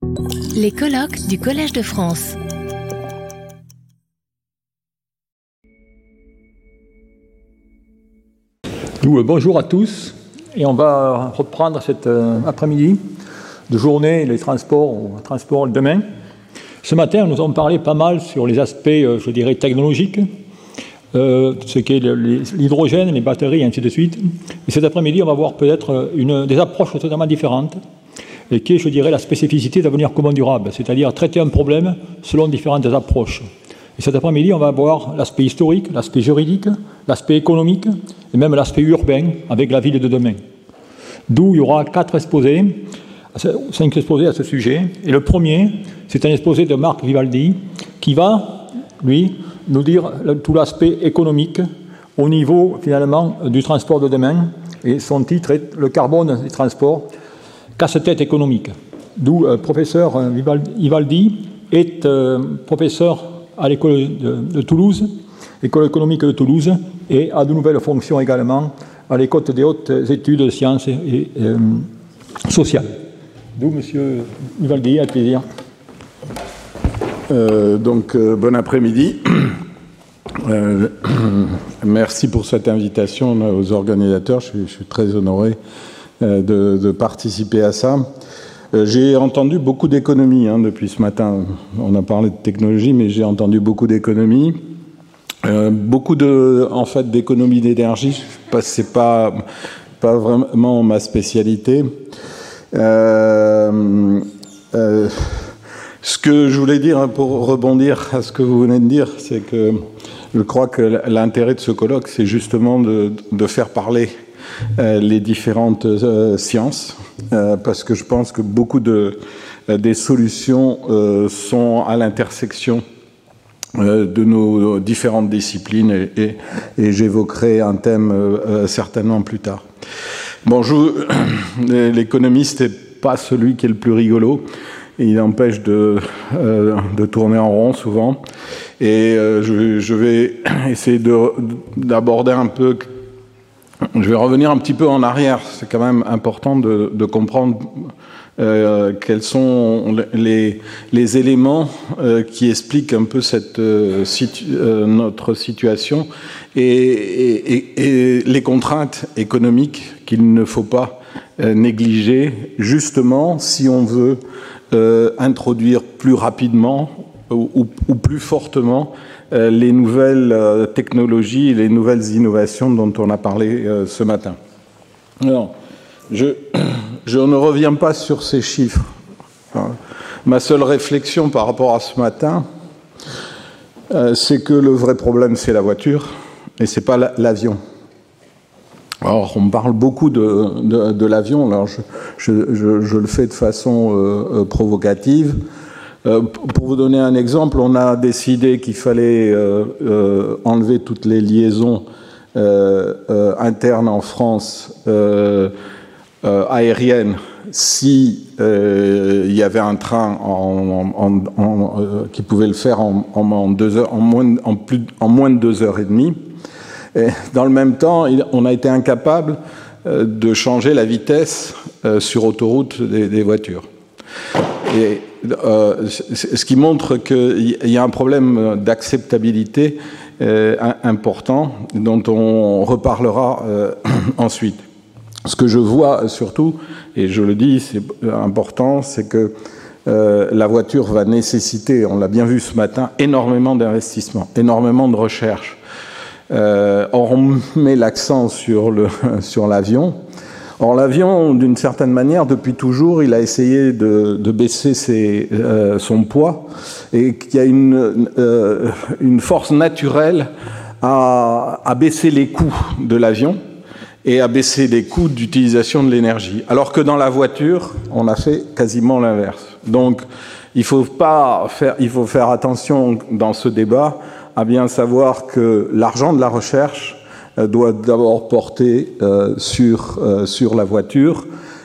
Les colloques du Collège de France. Bonjour à tous, et on va reprendre cet après-midi de journée les transports demain. Ce matin, nous avons parlé pas mal sur les aspects, je dirais, technologiques, ce qu'est l'hydrogène, les batteries, et ainsi de suite. Et cet après-midi, on va voir peut-être des approches totalement différentes, et qui est, je dirais, la spécificité d'avenir commun durable, c'est-à-dire traiter un problème selon différentes approches. Et cet après-midi, on va voir l'aspect historique, l'aspect juridique, l'aspect économique et même l'aspect urbain avec la ville de demain. D'où il y aura 5 exposés à ce sujet. Et le premier, c'est un exposé de Marc Vivaldi qui va, lui, nous dire tout l'aspect économique au niveau, finalement, du transport de demain. Et son titre est « Le carbone des transports, casse-tête économique ». D'où professeur Vivaldi est professeur à l'école de Toulouse, l'école économique de Toulouse, et a de nouvelles fonctions également à l'école des hautes études de sciences et sociales. D'où, monsieur Vivaldi, avec plaisir. Bon après-midi. Merci pour cette invitation aux organisateurs. Je suis très honoré de participer à ça. J'ai entendu beaucoup d'économies depuis ce matin. On a parlé de technologie, mais j'ai entendu beaucoup d'économies. Beaucoup d'économies d'énergie. C'est pas vraiment ma spécialité. Ce que je voulais dire, pour rebondir à ce que vous venez de dire, c'est que je crois que l'intérêt de ce colloque, c'est justement de faire parler les différentes sciences, parce que je pense que beaucoup des solutions sont à l'intersection de nos différentes disciplines, et j'évoquerai un thème certainement plus tard. Bon, l'économiste n'est pas celui qui est le plus rigolo. Il empêche de tourner en rond souvent. Et je vais essayer d'aborder un peu. Je vais revenir un petit peu en arrière. C'est quand même important de comprendre quels sont les éléments qui expliquent un peu notre situation et les contraintes économiques qu'il ne faut pas négliger, justement, si on veut introduire plus rapidement ou plus fortement les nouvelles technologies et les nouvelles innovations dont on a parlé ce matin. Alors, je ne reviens pas sur ces chiffres. Ma seule réflexion par rapport à ce matin, c'est que le vrai problème, c'est la voiture et c'est pas l'avion. Alors, on parle beaucoup de l'avion. Alors, je le fais de façon provocative. Pour vous donner un exemple, on a décidé qu'il fallait enlever toutes les liaisons internes en France aériennes si il y avait un train qui pouvait le faire en moins de 2 heures et demie. Et dans le même temps, on a été incapable de changer la vitesse sur autoroute des voitures. Et ce qui montre qu'il y a un problème d'acceptabilité important dont on reparlera ensuite. Ce que je vois surtout, et je le dis, c'est important, c'est que la voiture va nécessiter, on l'a bien vu ce matin, énormément d'investissements, énormément de recherche. Or, on met l'accent sur l'avion. Or, l'avion, d'une certaine manière, depuis toujours, il a essayé de baisser son poids, et qu'il y a une force naturelle à baisser les coûts de l'avion et à baisser les coûts d'utilisation de l'énergie. Alors que dans la voiture, on a fait quasiment l'inverse. Donc, il faut faire attention dans ce débat à bien savoir que l'argent de la recherche doit d'abord porter sur la voiture.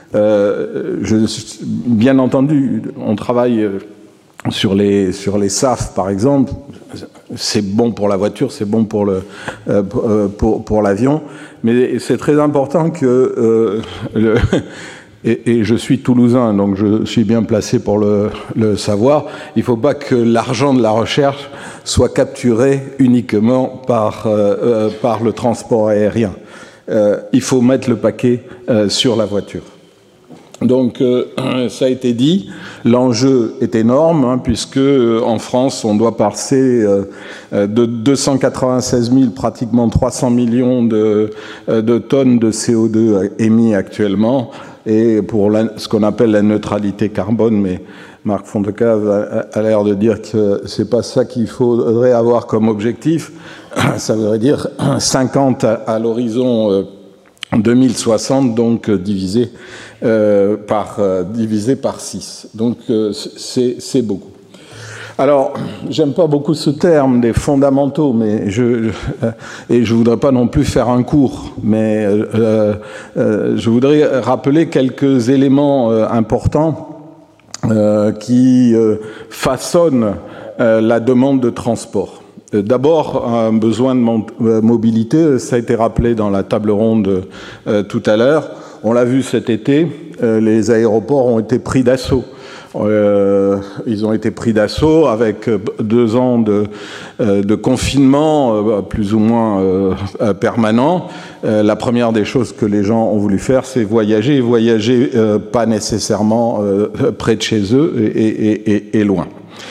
Bien entendu, on travaille sur les SAF, par exemple. C'est bon pour la voiture, c'est bon pour l'avion, mais c'est très important que et je suis toulousain, donc je suis bien placé pour le savoir, il ne faut pas que l'argent de la recherche soit capturé uniquement par le transport aérien. Il faut mettre le paquet sur la voiture. Donc, ça a été dit, l'enjeu est énorme, hein, puisque en France, on doit passer de 296 000, pratiquement 300 millions de tonnes de CO2 émis actuellement, et pour ce qu'on appelle la neutralité carbone, mais Marc Fontecave a l'air de dire que c'est pas ça qu'il faudrait avoir comme objectif. Ça voudrait dire 50 à l'horizon 2060, donc divisé par 6. Donc c'est beaucoup. Alors, j'aime pas beaucoup ce terme des fondamentaux, mais je voudrais pas non plus faire un cours, mais je voudrais rappeler quelques éléments importants qui façonnent la demande de transport. D'abord, un besoin de mobilité, ça a été rappelé dans la table ronde tout à l'heure. On l'a vu cet été, les aéroports ont été pris d'assaut. Ils ont été pris d'assaut avec 2 ans de confinement plus ou moins permanent. La première des choses que les gens ont voulu faire, c'est voyager, et voyager pas nécessairement près de chez eux et loin.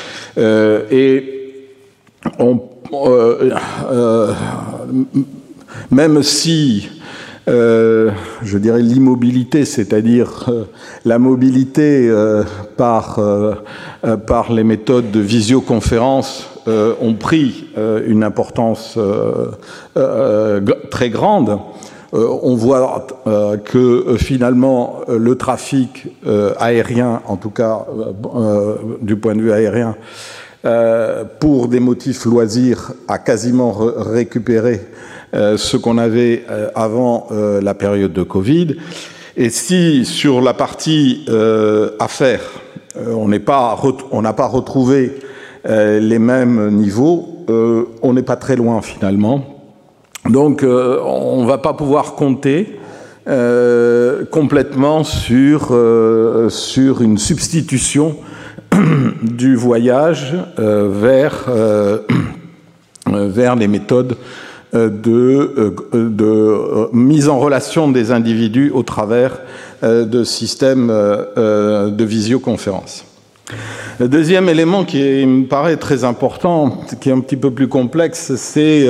Même si je dirais l'immobilité, c'est-à-dire la mobilité par les méthodes de visioconférence ont pris une importance très grande. On voit que finalement le trafic aérien, en tout cas du point de vue aérien, pour des motifs loisirs, a quasiment récupéré ce qu'on avait avant la période de Covid. Et si sur la partie affaires, on n'a pas retrouvé les mêmes niveaux, on n'est pas très loin finalement. Donc on ne va pas pouvoir compter complètement sur une substitution du voyage vers les méthodes de mise en relation des individus au travers de systèmes de visioconférence. Le deuxième élément qui me paraît très important, qui est un petit peu plus complexe, c'est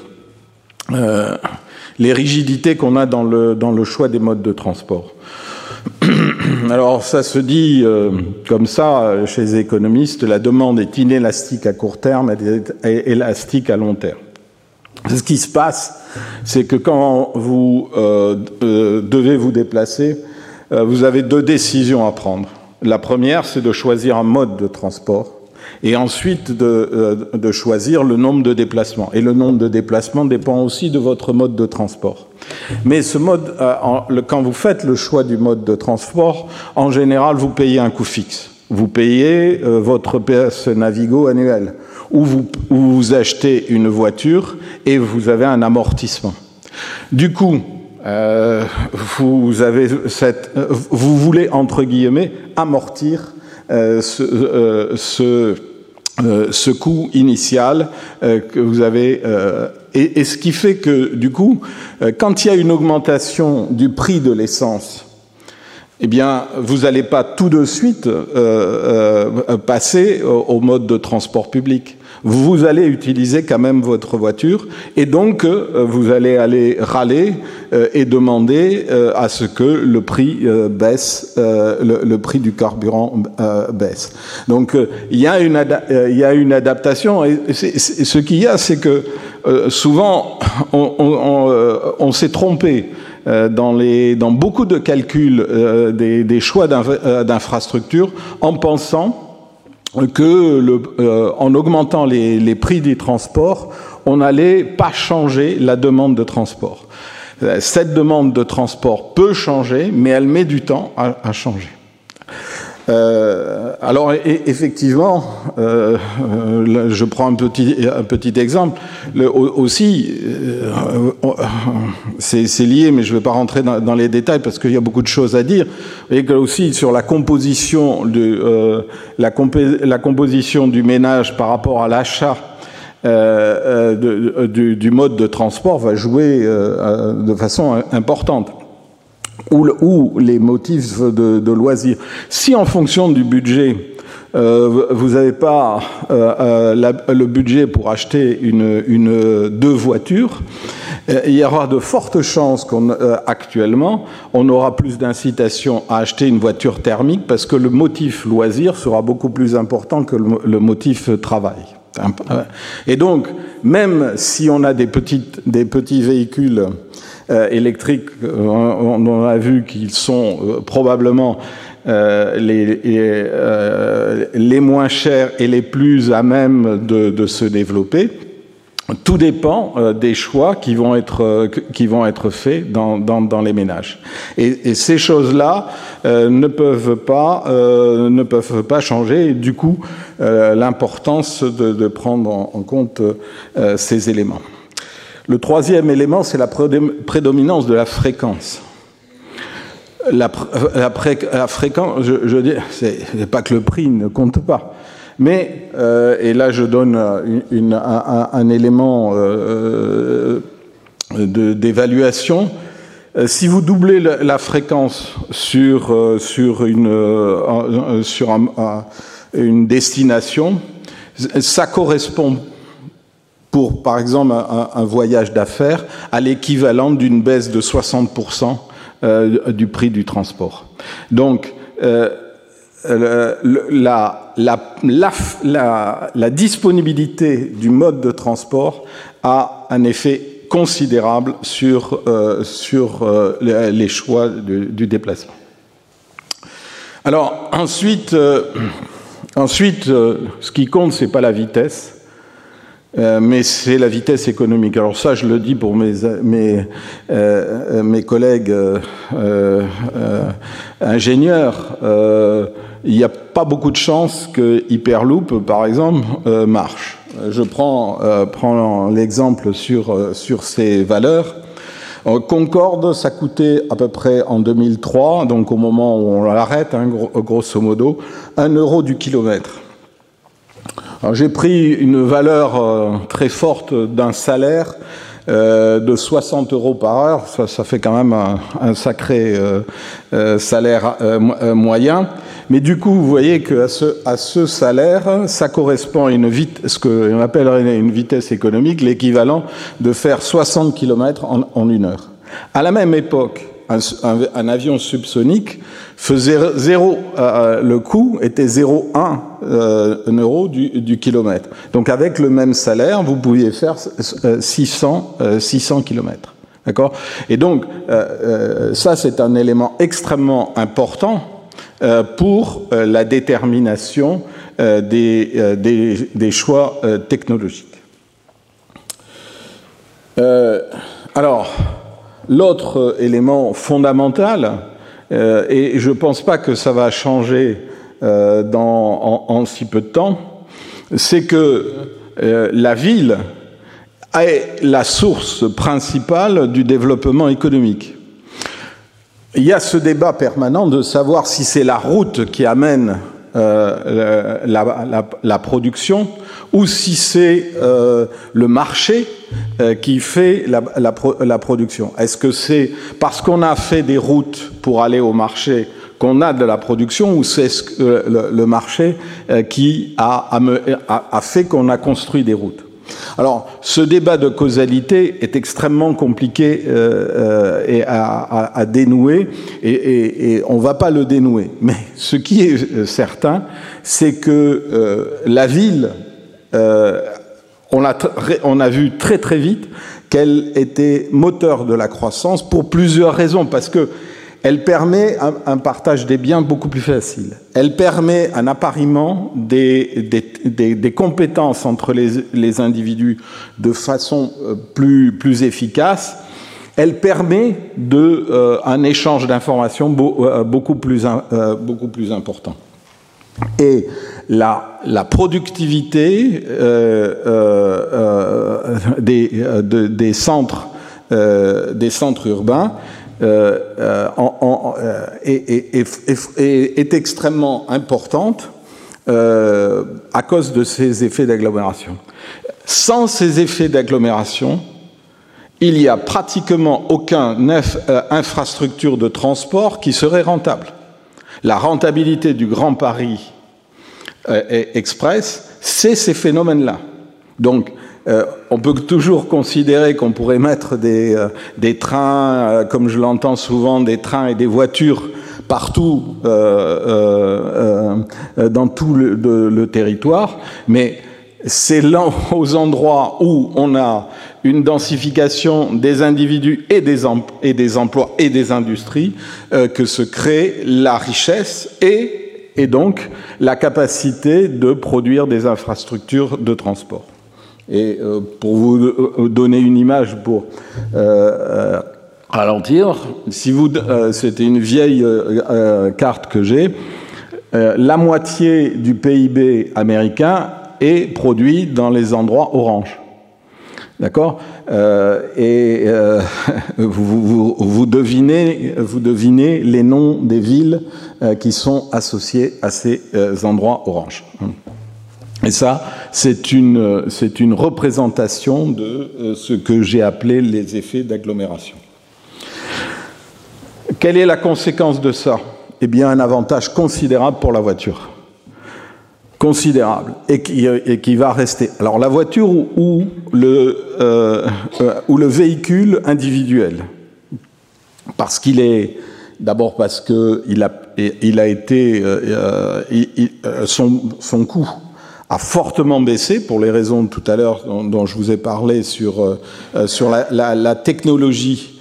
les rigidités qu'on a dans le choix des modes de transport. Alors ça se dit comme ça chez les économistes, la demande est inélastique à court terme, elle est élastique à long terme. Ce qui se passe, c'est que quand vous devez vous déplacer, vous avez 2 décisions à prendre. La première, c'est de choisir un mode de transport et ensuite de choisir le nombre de déplacements. Et le nombre de déplacements dépend aussi de votre mode de transport. Mais ce mode, quand vous faites le choix du mode de transport, en général, vous payez un coût fixe. Vous payez votre PS Navigo annuel, ou vous achetez une voiture et vous avez un amortissement. Du coup, vous voulez, entre guillemets, amortir ce coût initial que vous avez. Et ce qui fait que, du coup, quand il y a une augmentation du prix de l'essence, eh bien, vous n'allez pas tout de suite passer au mode de transport public. Vous allez utiliser quand même votre voiture et donc vous allez aller râler et demander à ce que le prix baisse, le prix du carburant baisse. Donc il y a une adaptation et ce qu'il y a, c'est que souvent on s'est trompé dans beaucoup de calculs des choix d'infrastructures en pensant que en augmentant les prix des transports, on n'allait pas changer la demande de transport. Cette demande de transport peut changer, mais elle met du temps à changer. Alors effectivement, je prends un petit exemple. C'est lié, mais je ne vais pas rentrer dans les détails parce qu'il y a beaucoup de choses à dire. Vous voyez que aussi sur la composition la composition du ménage par rapport à l'achat du mode de transport va jouer de façon importante. Ou les motifs de loisirs. Si en fonction du budget, vous n'avez pas le budget pour acheter deux voitures, il y aura de fortes chances qu'actuellement, on aura plus d'incitation à acheter une voiture thermique parce que le motif loisir sera beaucoup plus important que le motif travail. Et donc, même si on a des petits véhicules électriques, on a vu qu'ils sont probablement les moins chers et les plus à même de se développer. Tout dépend des choix qui vont être faits dans les ménages. Et ces choses-là ne peuvent pas changer. Et du coup, l'importance de prendre en compte ces éléments. Le troisième élément, c'est la prédominance de la fréquence. La fréquence, je dis, c'est pas que le prix ne compte pas. Mais, et là je donne un élément d'évaluation, si vous doublez la fréquence sur une destination, ça correspond pour, par exemple, un voyage d'affaires à l'équivalent d'une baisse de 60% du prix du transport. Donc, la disponibilité du mode de transport a un effet considérable sur les choix du déplacement. Alors ensuite, ce qui compte, c'est pas la vitesse, mais c'est la vitesse économique. Alors ça, je le dis pour mes collègues ingénieurs. Il n'y a pas beaucoup de chances que Hyperloop, par exemple, marche. Je prends l'exemple sur ces valeurs. Concorde, ça coûtait à peu près en 2003, donc au moment où on l'arrête, grosso modo, 1 € du kilomètre. Alors, j'ai pris une valeur très forte d'un salaire de 60 € par heure. Ça fait quand même un sacré salaire moyen. Mais du coup, vous voyez qu'à ce salaire, ça correspond à ce qu'on appellerait une vitesse économique, l'équivalent de faire 60 km en 1 heure. À la même époque, un avion subsonique faisait le coût était 0,1 € du kilomètre. Donc avec le même salaire, vous pouviez faire 600 km. D'accord ? Et donc, ça, c'est un élément extrêmement important pour la détermination des choix technologiques. Alors, l'autre élément fondamental, et je ne pense pas que ça va changer en si peu de temps, c'est que la ville est la source principale du développement économique. Il y a ce débat permanent de savoir si c'est la route qui amène la production ou si c'est le marché qui fait la production. Est-ce que c'est parce qu'on a fait des routes pour aller au marché qu'on a de la production ou c'est le marché qui a fait qu'on a construit des routes? Alors, ce débat de causalité est extrêmement compliqué à dénouer et on ne va pas le dénouer. Mais ce qui est certain, c'est que la ville, on a vu très très vite qu'elle était moteur de la croissance pour plusieurs raisons. Parce que elle permet un partage des biens beaucoup plus facile. Elle permet un appariement des compétences entre les individus de façon plus efficace. Elle permet un échange d'informations beaucoup plus important. Et la productivité des centres urbains est extrêmement importante à cause de ces effets d'agglomération. Sans ces effets d'agglomération, il n'y a pratiquement aucune infrastructure de transport qui serait rentable. La rentabilité du Grand Paris Express, c'est ces phénomènes-là. Donc, on peut toujours considérer qu'on pourrait mettre des trains, comme je l'entends souvent, des trains et des voitures partout dans tout le territoire, mais c'est là aux endroits où on a une densification des individus et des emplois et des industries que se crée la richesse et donc la capacité de produire des infrastructures de transport. Et pour vous donner une image pour ralentir, c'était une vieille carte que j'ai, la moitié du PIB américain est produit dans les endroits orange. D'accord ? Vous devinez les noms des villes qui sont associées à ces endroits orange. Et ça, c'est une représentation de ce que j'ai appelé les effets d'agglomération. Quelle est la conséquence de ça ? Eh bien, un avantage considérable pour la voiture. Considérable, et qui va rester. Alors, la voiture ou le véhicule individuel, parce qu'il est... D'abord parce que son coût a fortement baissé pour les raisons tout à l'heure dont je vous ai parlé sur la technologie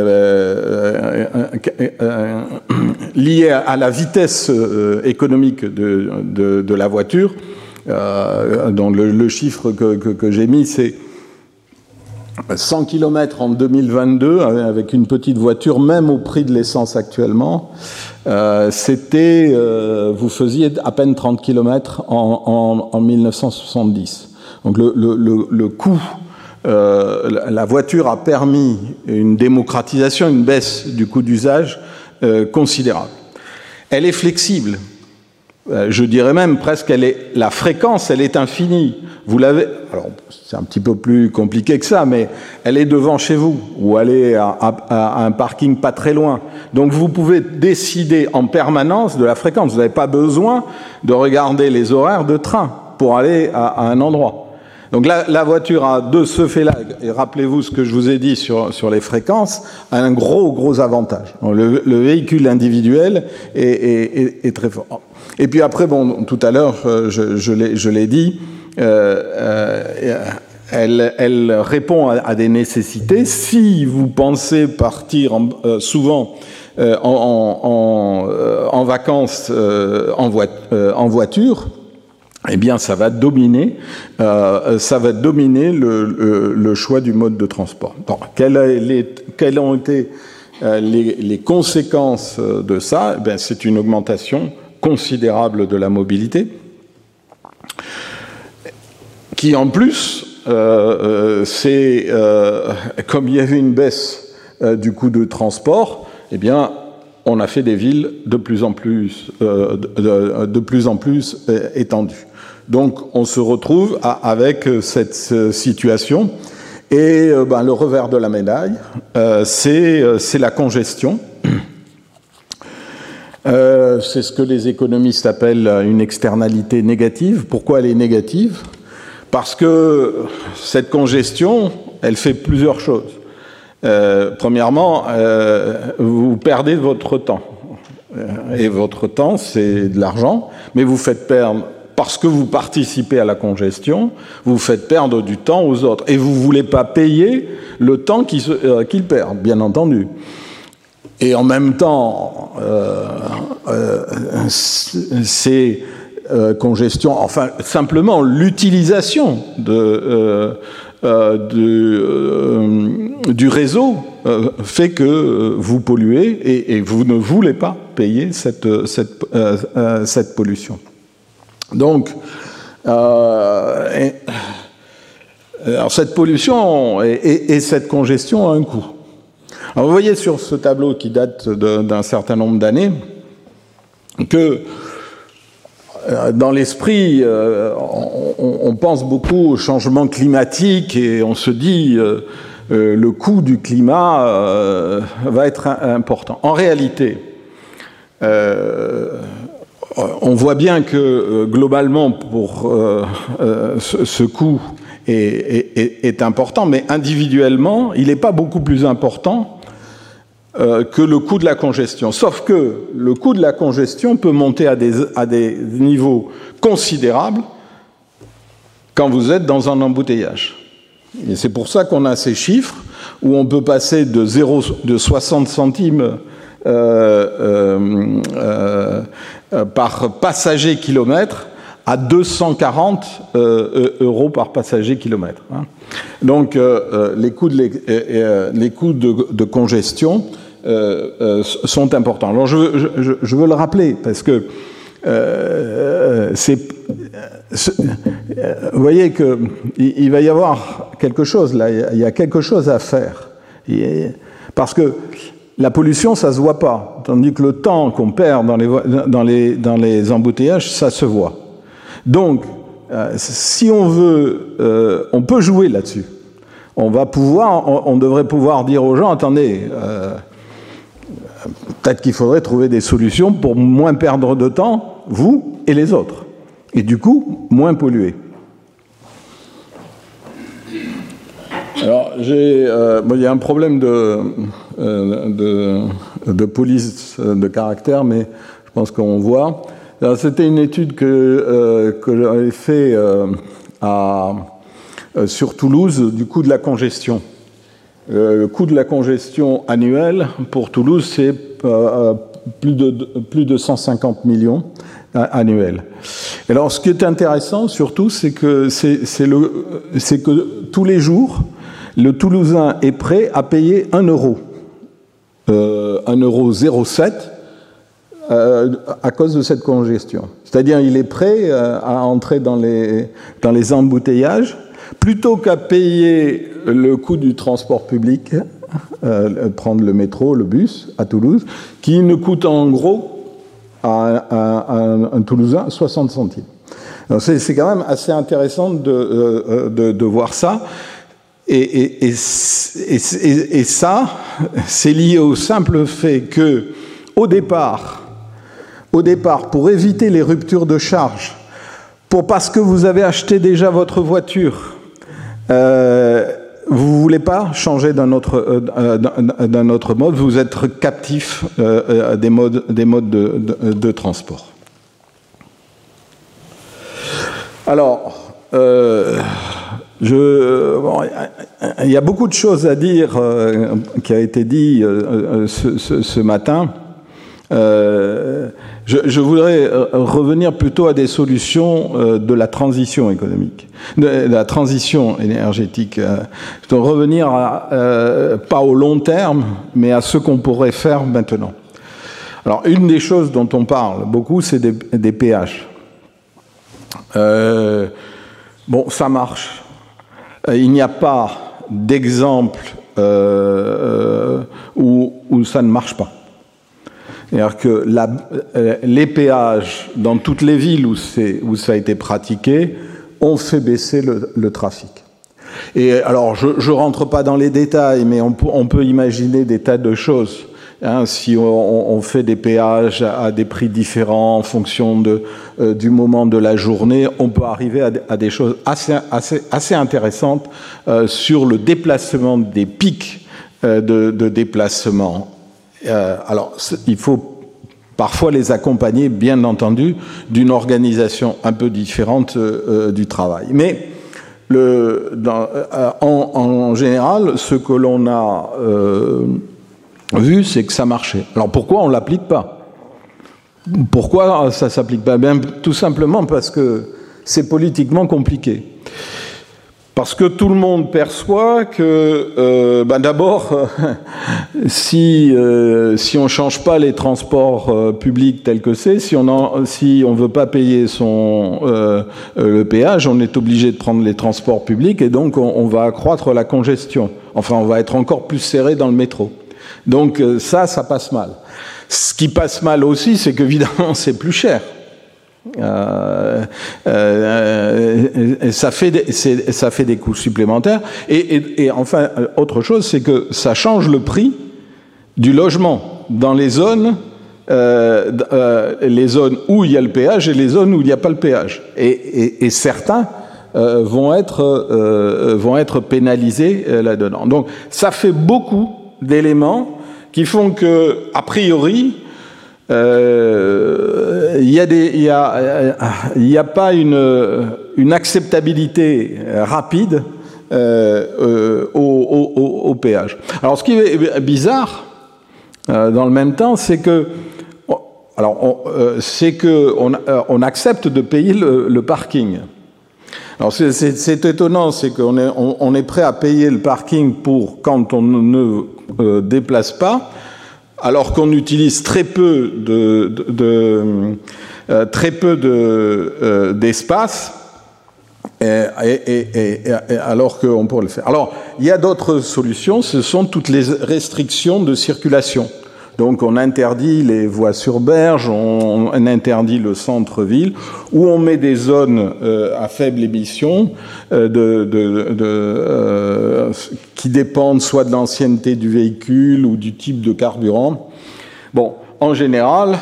liée à la vitesse économique de la voiture, dont le chiffre que j'ai mis, c'est 100 km en 2022, avec une petite voiture, même au prix de l'essence actuellement, vous faisiez à peine 30 km en 1970. Donc le coût, la voiture a permis une démocratisation, une baisse du coût d'usage considérable. Elle est flexible. Je dirais même presque la fréquence, elle est infinie. Vous l'avez, alors c'est un petit peu plus compliqué que ça, mais elle est devant chez vous, ou elle est à un parking pas très loin. Donc vous pouvez décider en permanence de la fréquence. Vous n'avez pas besoin de regarder les horaires de train pour aller à un endroit. Donc la voiture a de ce fait-là, et rappelez-vous ce que je vous ai dit sur les fréquences, a un gros avantage. Donc le véhicule individuel est très fort. Et puis après, bon, tout à l'heure, je l'ai dit, elle répond à des nécessités. Si vous pensez partir souvent en vacances en voiture, eh bien, ça va dominer le choix du mode de transport. Donc, quelles ont été les conséquences de ça ? Eh bien, c'est une augmentation considérable de la mobilité, qui en plus, comme il y avait une baisse du coût de transport, eh bien, on a fait des villes de plus en plus étendues. Donc, on se retrouve avec cette situation. Et le revers de la médaille, c'est la congestion. C'est ce que les économistes appellent une externalité négative. Pourquoi elle est négative ? Parce que cette congestion, elle fait plusieurs choses. Premièrement, vous perdez votre temps. Et votre temps, c'est de l'argent, mais vous faites perdre, parce que vous participez à la congestion, vous faites perdre du temps aux autres. Et vous ne voulez pas payer le temps qu'ils perdent, bien entendu. Et en même temps, ces congestions, enfin, simplement l'utilisation du réseau fait que vous polluez et vous ne voulez pas payer cette pollution. Donc, alors cette pollution et cette congestion ont un coût. Alors vous voyez sur ce tableau qui date d'un certain nombre d'années que dans l'esprit, on pense beaucoup au changement climatique et on se dit le coût du climat va être important. En réalité, on voit bien que globalement, pour ce coût est important, mais individuellement, il n'est pas beaucoup plus important que le coût de la congestion. Sauf que le coût de la congestion peut monter à des niveaux considérables quand vous êtes dans un embouteillage. Et c'est pour ça qu'on a ces chiffres où on peut passer de 60 centimes par passager kilomètre à 240 euros par passager kilomètre. Donc les coûts de congestion sont importants. Alors je veux le rappeler parce que vous voyez qu'il va y avoir quelque chose là, il y a quelque chose à faire. Parce que la pollution, ça ne se voit pas, tandis que le temps qu'on perd dans les embouteillages, ça se voit. Donc, si on veut, on peut jouer là-dessus. On devrait pouvoir dire aux gens, attendez, peut-être qu'il faudrait trouver des solutions pour moins perdre de temps, vous et les autres. Et du coup, moins polluer. Alors, il y a un problème de police de caractère, mais je pense qu'on voit. C'était une étude que j'avais fait sur Toulouse du coût de la congestion. Le coût de la congestion annuel pour Toulouse, c'est plus de 150 millions annuels. Et alors, ce qui est intéressant, surtout, c'est que tous les jours, le Toulousain est prêt à payer 1 euro. 1,07 € à cause de cette congestion. C'est-à-dire, il est prêt à entrer dans les embouteillages plutôt qu'à payer le coût du transport public, prendre le métro, le bus à Toulouse, qui ne coûte en gros à un Toulousain 60 centimes. Alors c'est quand même assez intéressant de voir ça. Et ça, c'est lié au simple fait que, au départ, pour éviter les ruptures de charge, parce que vous avez acheté déjà votre voiture, vous ne voulez pas changer d'un autre mode, vous êtes captif des modes de transport. Alors, il y a beaucoup de choses à dire qui a été dit ce matin. Je voudrais revenir plutôt à des solutions de la transition économique, de la transition énergétique. Revenir pas au long terme, mais à ce qu'on pourrait faire maintenant. Alors, une des choses dont on parle beaucoup, c'est des péages. Bon, ça marche. Il n'y a pas d'exemple où ça ne marche pas. C'est-à-dire que les péages, dans toutes les villes où ça a été pratiqué, ont fait baisser le trafic. Et alors, je ne rentre pas dans les détails, mais on peut imaginer des tas de choses. Si on fait des péages à des prix différents en fonction du moment de la journée, on peut arriver à des choses assez intéressantes sur le déplacement des pics de déplacement. Alors, il faut parfois les accompagner, bien entendu, d'une organisation un peu différente du travail. Mais en général, ce que l'on a vu, c'est que ça marchait. Alors pourquoi on ne l'applique pas? Pourquoi ça ne s'applique pas? Bien, tout simplement parce que c'est politiquement compliqué. Parce que tout le monde perçoit que, d'abord, si on ne change pas les transports publics tels que c'est, si on ne veut pas payer le péage, on est obligé de prendre les transports publics et donc on va accroître la congestion. Enfin, on va être encore plus serré dans le métro. Donc ça passe mal. Ce qui passe mal aussi, c'est qu'évidemment, c'est plus cher. Ça fait des coûts supplémentaires et enfin autre chose, c'est que ça change le prix du logement dans les zones où il y a le péage et les zones où il n'y a pas le péage et certains vont être pénalisés là-dedans. Donc ça fait beaucoup d'éléments qui font que a priori il n'y a pas une acceptabilité rapide au péage. Alors, ce qui est bizarre, dans le même temps, c'est que on accepte de payer le parking. Alors, c'est étonnant, c'est qu'on est prêt à payer le parking pour quand on ne déplace pas, alors qu'on utilise très peu d'espace, alors qu'on pourrait le faire. Alors, il y a d'autres solutions, ce sont toutes les restrictions de circulation. Donc, on interdit les voies sur berge, on interdit le centre-ville, où on met des zones à faible émission qui dépendent soit de l'ancienneté du véhicule ou du type de carburant. Bon, en général,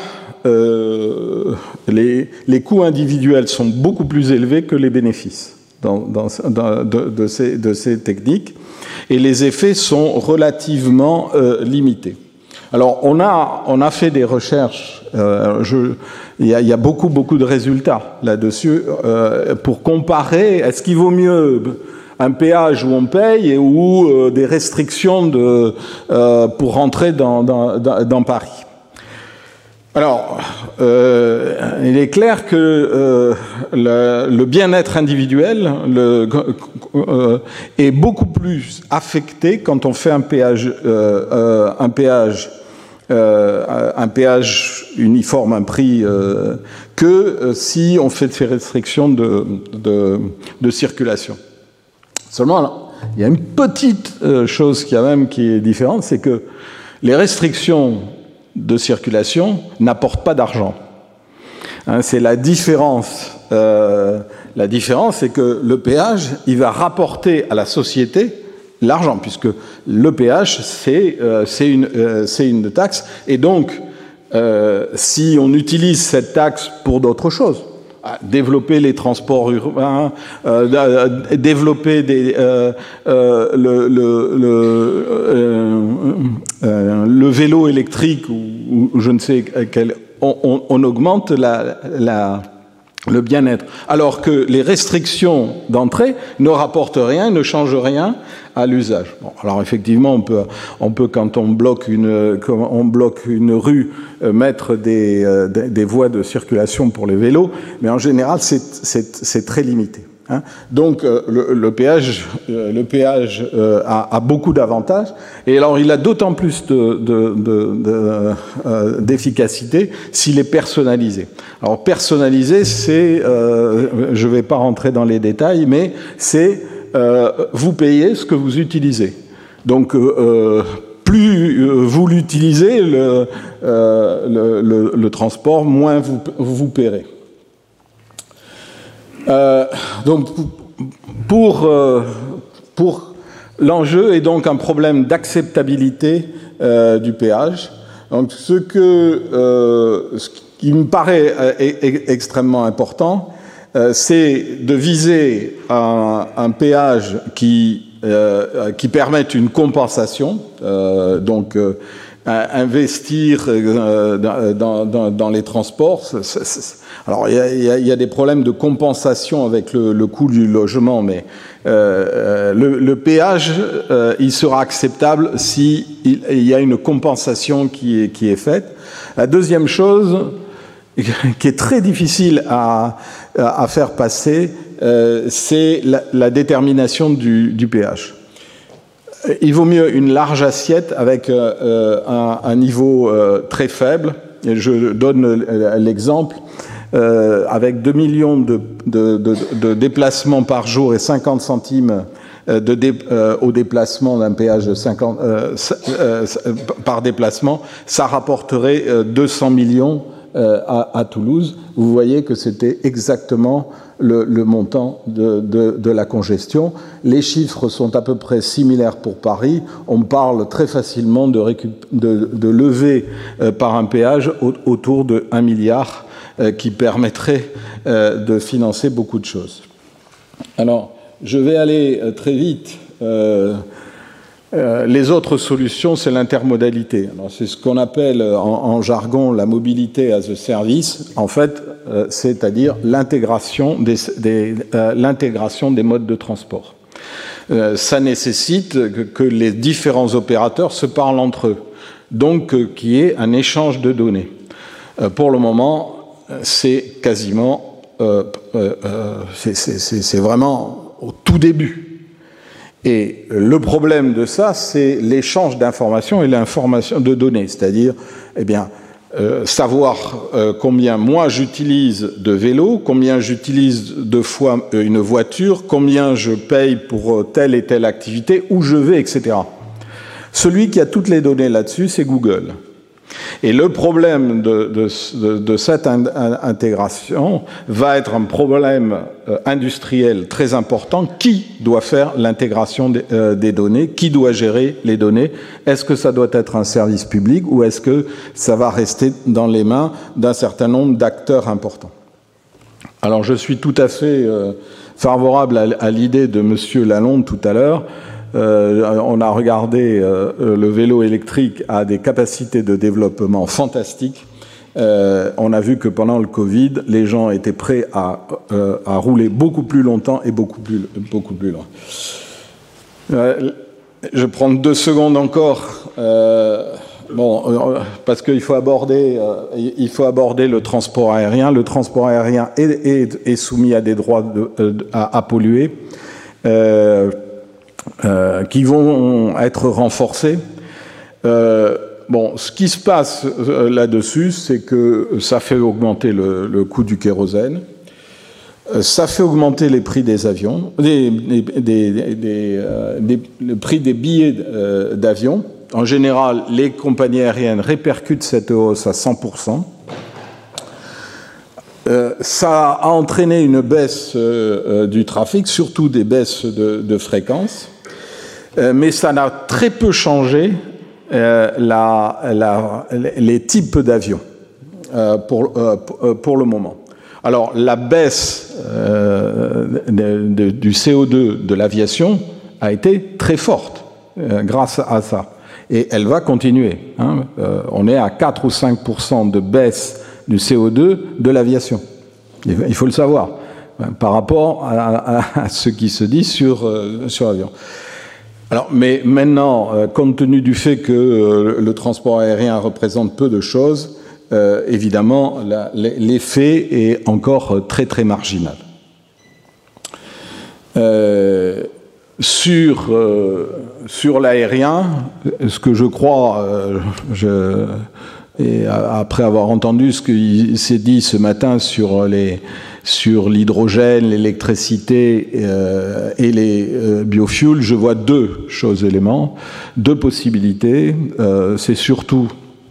les coûts individuels sont beaucoup plus élevés que les bénéfices de ces techniques, et les effets sont relativement limités. Alors, on a fait des recherches, il y a beaucoup de résultats là-dessus, pour comparer, est-ce qu'il vaut mieux un péage où on paye ou des restrictions pour rentrer dans Paris. Alors, il est clair que le bien-être individuel est beaucoup plus affecté quand on fait un péage uniforme, un prix, que si on fait ces restrictions de circulation. Seulement, il y a une petite chose qui est différente, c'est que les restrictions de circulation n'apportent pas d'argent. C'est la différence. La différence, c'est que le péage, il va rapporter à la société l'argent, puisque le péage, c'est une taxe. Et donc, si on utilise cette taxe pour d'autres choses, développer les transports urbains, développer le vélo électrique ou je ne sais quel, on augmente le bien-être. Alors que les restrictions d'entrée ne rapportent rien, ne changent rien à l'usage. Bon, alors effectivement, on peut quand on bloque une rue, mettre des voies de circulation pour les vélos, mais en général, c'est très limité. Donc le péage a beaucoup d'avantages, et alors il a d'autant plus d'efficacité s'il est personnalisé. Alors personnalisé, c'est, je ne vais pas rentrer dans les détails, mais c'est vous payez ce que vous utilisez. Donc plus vous l'utilisez, le transport, moins vous paierez. Donc, pour l'enjeu est donc un problème d'acceptabilité du péage. Donc, ce qui me paraît extrêmement important, c'est de viser un péage qui permette une compensation, donc investir dans les transports. Alors, il y a des problèmes de compensation avec le coût du logement, mais le péage, il sera acceptable s'il y a une compensation qui est faite. La deuxième chose, qui est très difficile à à faire passer, c'est la détermination du péage. Il vaut mieux une large assiette avec un niveau très faible. Et je donne l'exemple, avec 2 millions de déplacements par jour et 50 centimes au déplacement d'un péage de 50 par déplacement, ça rapporterait 200 millions à Toulouse. Vous voyez que c'était exactement le montant de la congestion. Les chiffres sont à peu près similaires pour Paris. On parle très facilement de lever par un péage autour de 1 milliard qui permettrait de financer beaucoup de choses. Alors, je vais aller très vite. Les autres solutions, c'est l'intermodalité. C'est ce qu'on appelle en jargon la mobilité as a service, en fait, c'est-à-dire l'intégration des modes de transport. Ça nécessite que les différents opérateurs se parlent entre eux, donc qu'il y ait un échange de données. Pour le moment, c'est quasiment, c'est vraiment au tout début. Et le problème de ça, c'est l'échange d'informations et l'information de données, c'est-à-dire, savoir combien moi j'utilise de vélo, combien j'utilise de fois une voiture, combien je paye pour telle et telle activité, où je vais, etc. Celui qui a toutes les données là-dessus, c'est Google. Et le problème de cette intégration va être un problème industriel très important. Qui doit faire l'intégration des données? Qui doit gérer les données? Est-ce que ça doit être un service public ou est-ce que ça va rester dans les mains d'un certain nombre d'acteurs importants? Alors je suis tout à fait favorable à l'idée de M. Lalonde tout à l'heure. On a regardé le vélo électrique a des capacités de développement fantastiques. On a vu que pendant le Covid, les gens étaient prêts à rouler beaucoup plus longtemps et beaucoup plus loin. Je vais prendre 2 secondes encore, parce qu'il faut aborder le transport aérien. Le transport aérien est soumis à des droits à polluer. Qui vont être renforcés. Ce qui se passe là-dessus, c'est que ça fait augmenter le coût du kérosène, ça fait augmenter les prix des avions, le prix des billets d'avion. En général, les compagnies aériennes répercutent cette hausse à 100%. Ça a entraîné une baisse du trafic, surtout des baisses de fréquence. Mais ça n'a très peu changé les types d'avions pour le moment. Alors, la baisse du CO2 de l'aviation a été très forte grâce à ça. Et elle va continuer. On est à 4 ou 5% de baisse du CO2 de l'aviation. Il faut le savoir, par rapport à ce qui se dit sur l'avion. Alors, mais maintenant, compte tenu du fait que le transport aérien représente peu de choses, évidemment, l'effet est encore très très marginal. Sur l'aérien, ce que je crois, et après avoir entendu ce qui s'est dit ce matin sur l'hydrogène, l'électricité et les biofuels, je vois 2 éléments, 2 possibilités. C'est surtout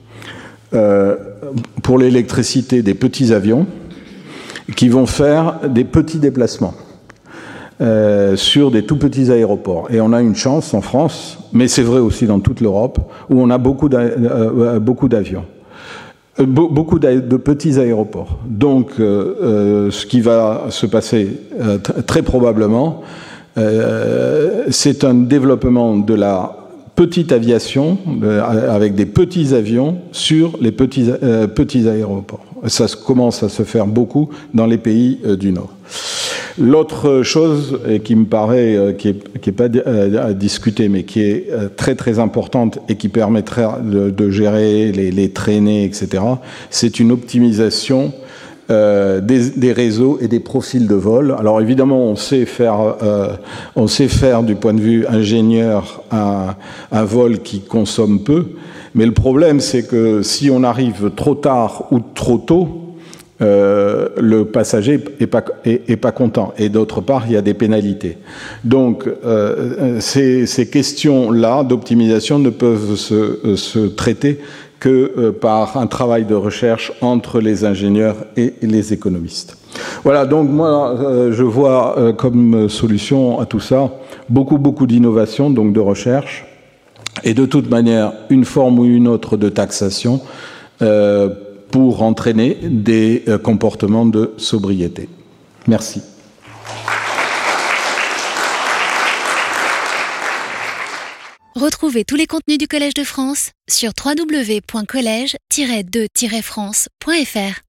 pour l'électricité des petits avions qui vont faire des petits déplacements sur des tout petits aéroports. Et on a une chance en France, mais c'est vrai aussi dans toute l'Europe, où on a beaucoup d'avions. Beaucoup de petits aéroports. Donc, ce qui va se passer très probablement, c'est un développement de la petite aviation, avec des petits avions sur les petits aéroports. Ça commence à se faire beaucoup dans les pays du Nord. L'autre chose qui me paraît, qui est pas à discuter, mais qui est très très importante et qui permettrait de gérer les traînées, etc., c'est une optimisation des réseaux et des profils de vol. Alors évidemment, on sait faire du point de vue ingénieur un vol qui consomme peu, mais le problème, c'est que si on arrive trop tard ou trop tôt, le passager est pas content. Et d'autre part, il y a des pénalités. Donc, ces questions-là d'optimisation ne peuvent se traiter que par un travail de recherche entre les ingénieurs et les économistes. Voilà, donc moi, je vois comme solution à tout ça beaucoup d'innovation, donc de recherche, et de toute manière, une forme ou une autre de taxation pour entraîner des comportements de sobriété. Merci. Retrouvez tous les contenus du Collège de France sur www.collège-2-france.fr.